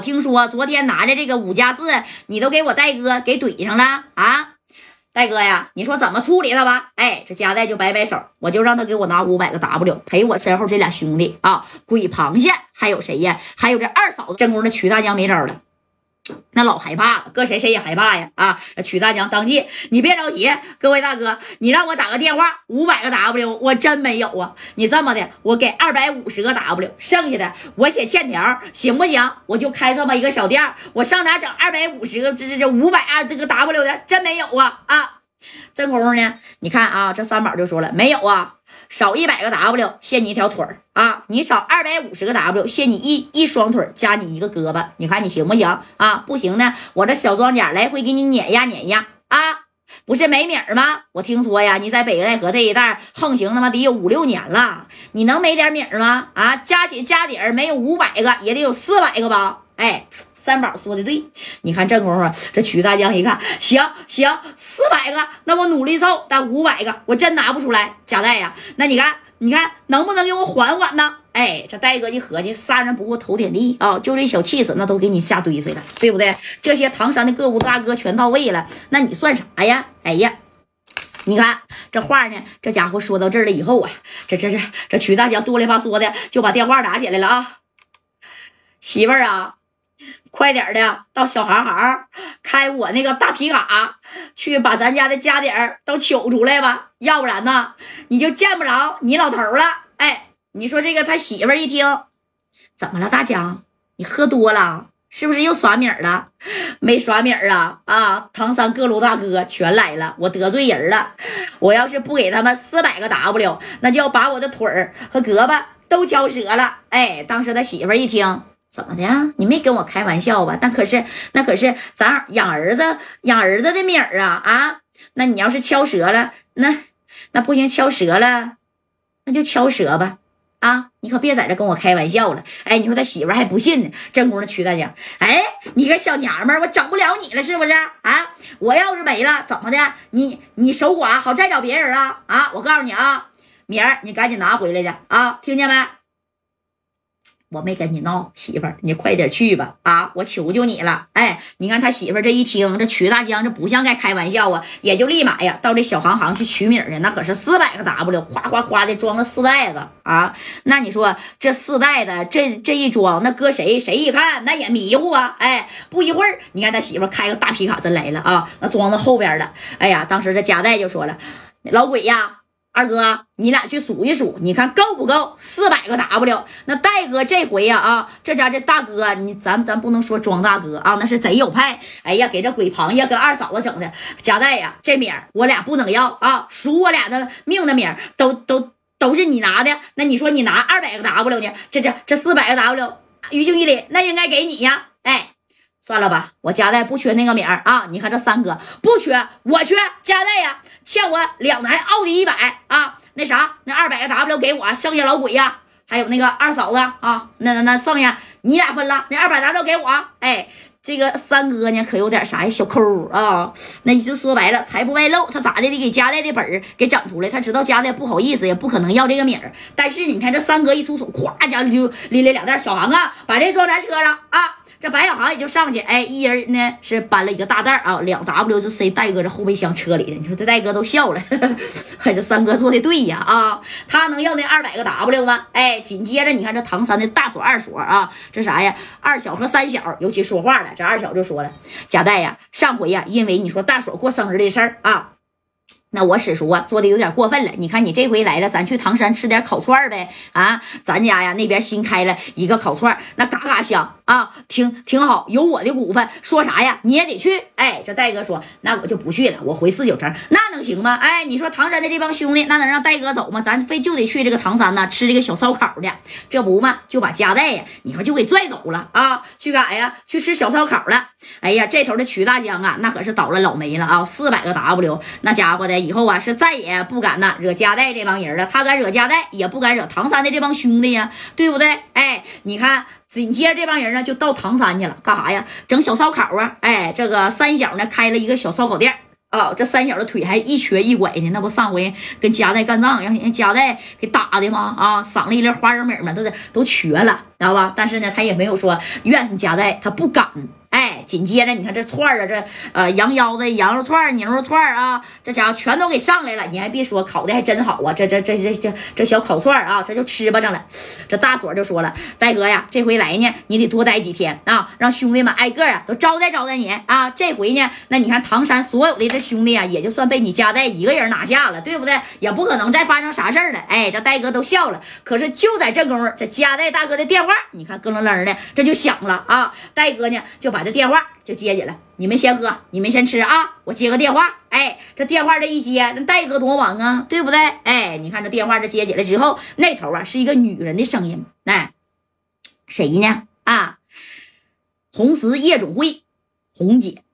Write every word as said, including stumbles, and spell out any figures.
听说昨天拿着这个五加四，你都给我戴哥给怼上了啊！戴哥呀，你说怎么处理他吧？哎，这加代就摆摆手，我就让他给我拿五百个 W 赔我身后这俩兄弟啊，鬼螃蟹还有谁呀？还有这二嫂子。正宫的曲大江没招了。那老害怕了，搁谁谁也害怕呀！啊，曲大江当即，你别着急，各位大哥，你让我打个电话，五百个 W 我真没有啊！你这么的，我给二百五十个 W， 剩下的我写欠条，行不行？我就开这么一个小店，我上哪整二百五十个这这这五百二这个 W 的，真没有啊！啊，正宫呢？你看啊，这三宝就说了，没有啊。少一百个 W 限你一条腿儿啊！你少二百五十个 W 限你一一双腿加你一个胳膊，你看你行不行啊？不行呢，我这小装甲来回给你碾压碾压啊！不是没米儿吗？我听说呀，你在北戴河这一带横行他妈得有五六年了，你能没点米儿吗？啊，加起加底儿没有五百个也得有四百个吧？哎。三宝说的对，你看正功夫，这曲大江一看，行行，四百个，那我努力凑，但五百个我真拿不出来。贾代呀，那你看，你看能不能给我缓缓呢？哎，这戴哥一合计，杀人不过头点地啊，就这小气势，那都给你下堆碎了，对不对？这些唐山的各路大哥全到位了，那你算啥呀？哎呀！你看这话呢，这家伙说到这儿了以后啊，这这这这曲大江哆里吧嗦的就把电话打起来了啊，媳妇儿啊。快点的到小行行开我那个大皮卡去把咱家的家底儿都取出来吧，要不然呢你就见不着你老头了。哎，你说这个他媳妇儿一听，怎么了大江，你喝多了是不是又耍米儿了？没耍米儿啊啊！唐山各路大哥全来了，我得罪人了，我要是不给他们四百个 W， 那就要把我的腿儿和胳膊都敲折了。哎，当时他媳妇儿一听，怎么的呀？你没跟我开玩笑吧？但可是那可是咱养儿子养儿子的米儿啊啊！那你要是敲折了，那那不行，敲折了那就敲折吧啊！你可别在这跟我开玩笑了。哎，你说他媳妇还不信呢。正宫的曲大江，哎，你个小娘们儿，我整不了你了是不是啊？我要是没了怎么的？你你守寡好再找别人啊啊！我告诉你啊，米儿你赶紧拿回来去啊，听见没？我没跟你闹，媳妇儿，你快点去吧！啊，我求求你了！哎，你看他媳妇儿这一听，这曲大江这不像该开玩笑啊，也就立马呀到这小行行去取米去，那可是四百个 W， 夸夸夸的装了四袋子啊！那你说这四袋的这这一装，那搁谁谁一看那也迷糊啊！哎，不一会儿，你看他媳妇儿开个大皮卡真来了啊，那装到后边了。哎呀，当时这夹带就说了，老鬼呀！二哥，你俩去数一数，你看够不够四百个 W？ 那戴哥这回呀啊，这家这大哥，你咱咱不能说装大哥啊，那是贼有派。哎呀，给这鬼螃蟹跟二嫂子整的，夹带呀，这米儿我俩不能要啊，数我俩的命的米儿都都都是你拿的。那你说你拿二百个 W 呢？这这这四百个 W， 于情于理那应该给你呀。哎。算了吧，我家代不缺那个米儿啊！你看这三哥不缺，我缺家代呀，欠我两台奥迪一百啊！那啥，那二百个 W 给我，剩下老鬼呀，还有那个二嫂子啊，那那那剩下你俩分了，那二百 W 给我。哎，这个三哥呢，可有点啥呀，小抠啊！那就说白了，财不外露，他咋的得给家代的本儿给整出来？他知道家代不好意思，也不可能要这个米儿。但是你看这三哥一出手，咵家里就拎了两袋小航啊，把这装咱车上啊！这白小航也就上去，哎，一人呢是搬了一个大袋啊，两 W 就塞戴哥这后备箱车里了。你说这戴哥都笑了，呵呵哎，这三哥做的对呀啊，他能要那二百个 W 吗？哎，紧接着你看这唐山的大锁二锁啊，这啥呀？二小和三小尤其说话了，这二小就说了，贾代呀，上回呀，因为你说大锁过生日的事儿啊。那我史叔啊做的有点过分了，你看你这回来了，咱去唐山吃点烤串呗啊！咱家呀那边新开了一个烤串，那嘎嘎香啊，挺挺好，有我的股份，说啥呀你也得去。哎，这戴哥说那我就不去了，我回四九城，那能行吗？哎，你说唐山的这帮兄弟那能让戴哥走吗？咱非就得去这个唐山呢吃这个小烧烤去，这不嘛就把家代呀你看就给拽走了啊，去干呀？去吃小烧烤了。哎呀，这头的曲大江啊那可是倒了老霉了啊，四百个 W， 那家伙的以后啊是再也不敢呐惹家代这帮人了，他敢惹家代也不敢惹唐山的这帮兄弟呀，对不对？哎，你看紧接着这帮人呢就到唐山去了，干啥呀？整小烧烤啊！哎，这个三小呢开了一个小烧烤店啊，这三小的腿还一瘸一拐呢，那不上回跟夹带干仗，让人夹带给打的吗？啊，赏了一粒花生米嘛，都都瘸了，知道吧？但是呢，他也没有说怨夹带，他不敢。哎，紧接着你看这串啊，这呃羊腰子、羊肉串、牛肉串啊，这家伙全都给上来了。你还别说，烤的还真好啊！这这这这这这小烤串啊，这就吃吧上了。这大锁就说了，大哥呀，这回来呢，你得多待几天啊，让兄弟们挨个啊都招待招待你啊。这回呢，那你看唐山所有的这兄弟啊，也就算被你夹带一个人拿下了，对不对？也不可能再发生啥事儿了。哎，这戴哥都笑了。可是就在这功夫，这夹带大哥的电话，你看咯楞楞的，这就响了啊。戴哥呢就把这电话就接起来，你们先喝，你们先吃啊，我接个电话。哎，这电话这一接，那戴哥多忙啊，对不对？哎，你看这电话这接起来之后，那头啊是一个女人的声音，哎，谁呢？啊，红十夜总会红姐